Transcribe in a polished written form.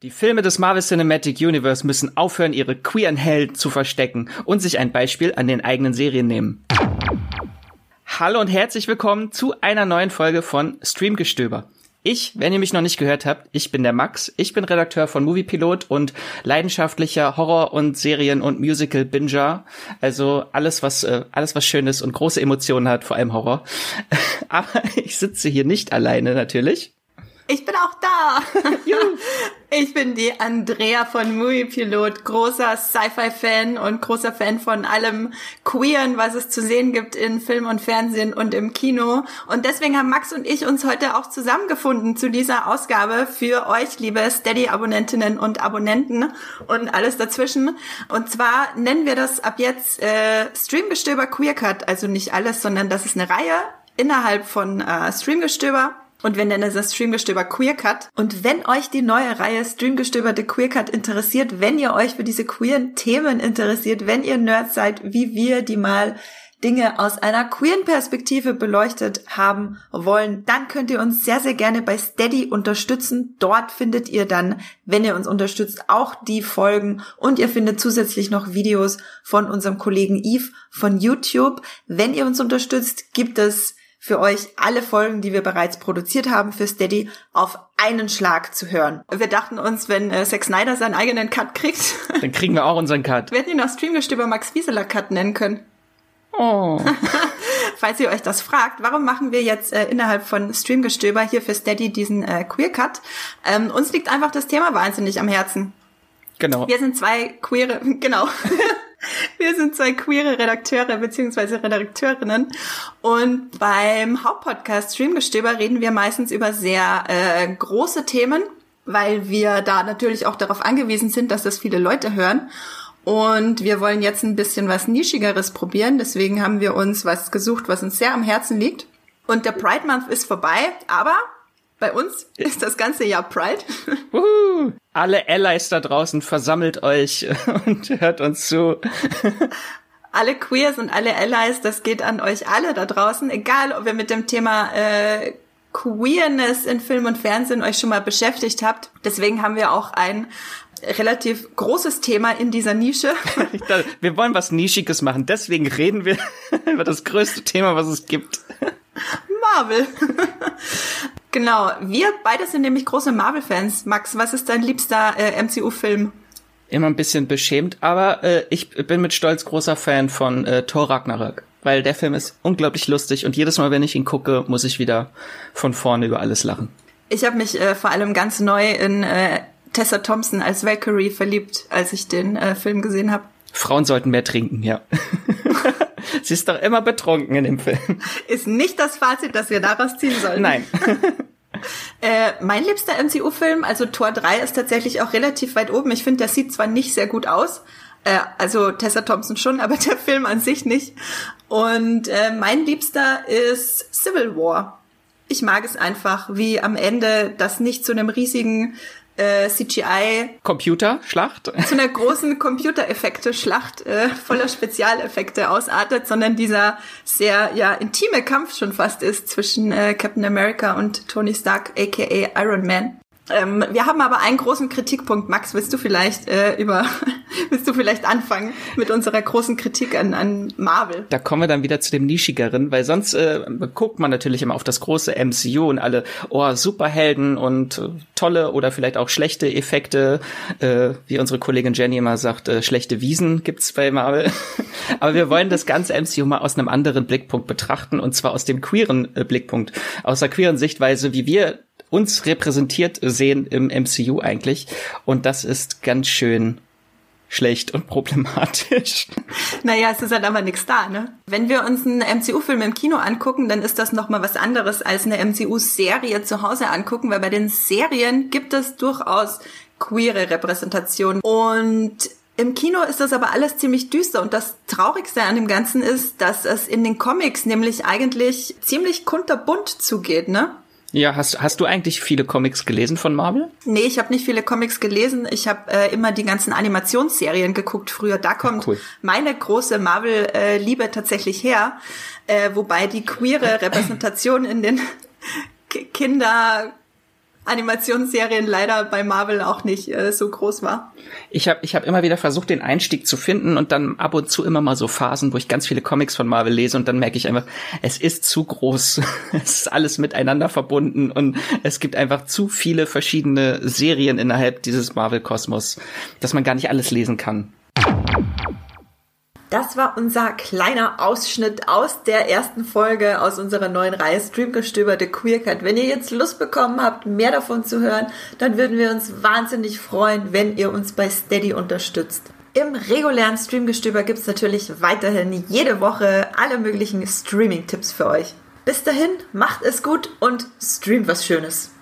Die Filme des Marvel Cinematic Universe müssen aufhören, ihre queeren Helden zu verstecken und sich ein Beispiel an den eigenen Serien nehmen. Hallo und herzlich willkommen zu einer neuen Folge von Streamgestöber. Wenn ihr mich noch nicht gehört habt, ich bin der Max. Ich bin Redakteur von Moviepilot und leidenschaftlicher Horror- und Serien- und Musical-Binger. Also alles, was schön ist und große Emotionen hat, vor allem Horror. Aber ich sitze hier nicht alleine natürlich. Ich bin auch da. Ich bin die Andrea von Moviepilot, großer Sci-Fi-Fan und großer Fan von allem Queeren, was es zu sehen gibt in Film und Fernsehen und im Kino. Und deswegen haben Max und ich uns heute auch zusammengefunden zu dieser Ausgabe für euch, liebe Steady-Abonnentinnen und Abonnenten und alles dazwischen. Und zwar nennen wir das ab jetzt Streamgestöber Queer Cut. Also nicht alles, sondern das ist eine Reihe innerhalb von Streamgestöber. Und wir nennen es Streamgestöber Queer Cut. Und wenn euch die neue Reihe Streamgestöber The Queer Cut interessiert, wenn ihr euch für diese queeren Themen interessiert, wenn ihr Nerds seid, wie wir, die mal Dinge aus einer queeren Perspektive beleuchtet haben wollen, dann könnt ihr uns sehr, sehr gerne bei Steady unterstützen. Dort findet ihr dann, wenn ihr uns unterstützt, auch die Folgen und ihr findet zusätzlich noch Videos von unserem Kollegen Yves von YouTube. Wenn ihr uns unterstützt, gibt es für euch alle Folgen, die wir bereits produziert haben für Steady, auf einen Schlag zu hören. Wir dachten uns, wenn Zack Snyder seinen eigenen Cut kriegt, dann kriegen wir auch unseren Cut. Wir hätten ihn auch Streamgestöber Max Wieseler Cut nennen können. Oh. Falls ihr euch das fragt, warum machen wir jetzt innerhalb von Streamgestöber hier für Steady diesen Queer Cut? Uns liegt einfach das Thema wahnsinnig am Herzen. Genau. Wir sind zwei queere Redakteure bzw. Redakteurinnen und beim Hauptpodcast Streamgestöber reden wir meistens über sehr große Themen, weil wir da natürlich auch darauf angewiesen sind, dass das viele Leute hören. Und wir wollen jetzt ein bisschen was Nischigeres probieren, deswegen haben wir uns was gesucht, was uns sehr am Herzen liegt. Und der Pride Month ist vorbei, aber bei uns ist das ganze Jahr Pride. Alle Allies da draußen, versammelt euch und hört uns zu. Alle Queers und alle Allies, das geht an euch alle da draußen. Egal, ob ihr mit dem Thema Queerness in Film und Fernsehen euch schon mal beschäftigt habt. Deswegen haben wir auch ein relativ großes Thema in dieser Nische. Wir wollen was Nischiges machen, deswegen reden wir über das größte Thema, was es gibt. Marvel. Genau, wir beide sind nämlich große Marvel-Fans. Max, was ist dein liebster MCU-Film? Immer ein bisschen beschämt, aber ich bin mit Stolz großer Fan von Thor Ragnarök, weil der Film ist unglaublich lustig und jedes Mal, wenn ich ihn gucke, muss ich wieder von vorne über alles lachen. Ich habe mich vor allem ganz neu in Tessa Thompson als Valkyrie verliebt, als ich den Film gesehen habe. Frauen sollten mehr trinken, ja. Sie ist doch immer betrunken in dem Film. Ist nicht das Fazit, das wir daraus ziehen sollen. Nein. Mein liebster MCU-Film, also Thor 3, ist tatsächlich auch relativ weit oben. Ich finde, der sieht zwar nicht sehr gut aus, also Tessa Thompson schon, aber der Film an sich nicht. Und mein liebster ist Civil War. Ich mag es einfach, wie am Ende das nicht zu einem riesigen CGI-Computerschlacht? Zu einer großen Computereffekte-Schlacht voller Spezialeffekte ausartet, sondern dieser sehr intime Kampf schon fast ist zwischen Captain America und Tony Stark, aka Iron Man. Wir haben aber einen großen Kritikpunkt. Max, willst du vielleicht anfangen mit unserer großen Kritik an Marvel? Da kommen wir dann wieder zu dem Nischigeren, weil sonst guckt man natürlich immer auf das große MCU und alle, Superhelden und tolle oder vielleicht auch schlechte Effekte, wie unsere Kollegin Jenny immer sagt, schlechte Wiesen gibt's bei Marvel. Aber wir wollen das ganze MCU mal aus einem anderen Blickpunkt betrachten, und zwar aus dem queeren Blickpunkt, aus der queeren Sichtweise, wie wir uns repräsentiert sehen im MCU eigentlich. Und das ist ganz schön schlecht und problematisch. Naja, es ist halt aber nichts da, ne? Wenn wir uns einen MCU-Film im Kino angucken, dann ist das nochmal was anderes als eine MCU-Serie zu Hause angucken, weil bei den Serien gibt es durchaus queere Repräsentation. Und im Kino ist das aber alles ziemlich düster, und das Traurigste an dem Ganzen ist, dass es in den Comics nämlich eigentlich ziemlich kunterbunt zugeht, ne? Ja, hast du eigentlich viele Comics gelesen von Marvel? Nee, ich habe nicht viele Comics gelesen. Ich habe immer die ganzen Animationsserien geguckt früher. Da kommt meine große Marvel-Liebe tatsächlich her. Wobei die queere Repräsentation in den Animationsserien leider bei Marvel auch nicht so groß war. Ich hab immer wieder versucht, den Einstieg zu finden und dann ab und zu immer mal so Phasen, wo ich ganz viele Comics von Marvel lese und dann merke ich einfach, es ist zu groß. Es ist alles miteinander verbunden und es gibt einfach zu viele verschiedene Serien innerhalb dieses Marvel-Kosmos, dass man gar nicht alles lesen kann. Das war unser kleiner Ausschnitt aus der ersten Folge aus unserer neuen Reihe Streamgestöber The Queer Cat. Wenn ihr jetzt Lust bekommen habt, mehr davon zu hören, dann würden wir uns wahnsinnig freuen, wenn ihr uns bei Steady unterstützt. Im regulären Streamgestöber gibt es natürlich weiterhin jede Woche alle möglichen Streaming-Tipps für euch. Bis dahin, macht es gut und streamt was Schönes.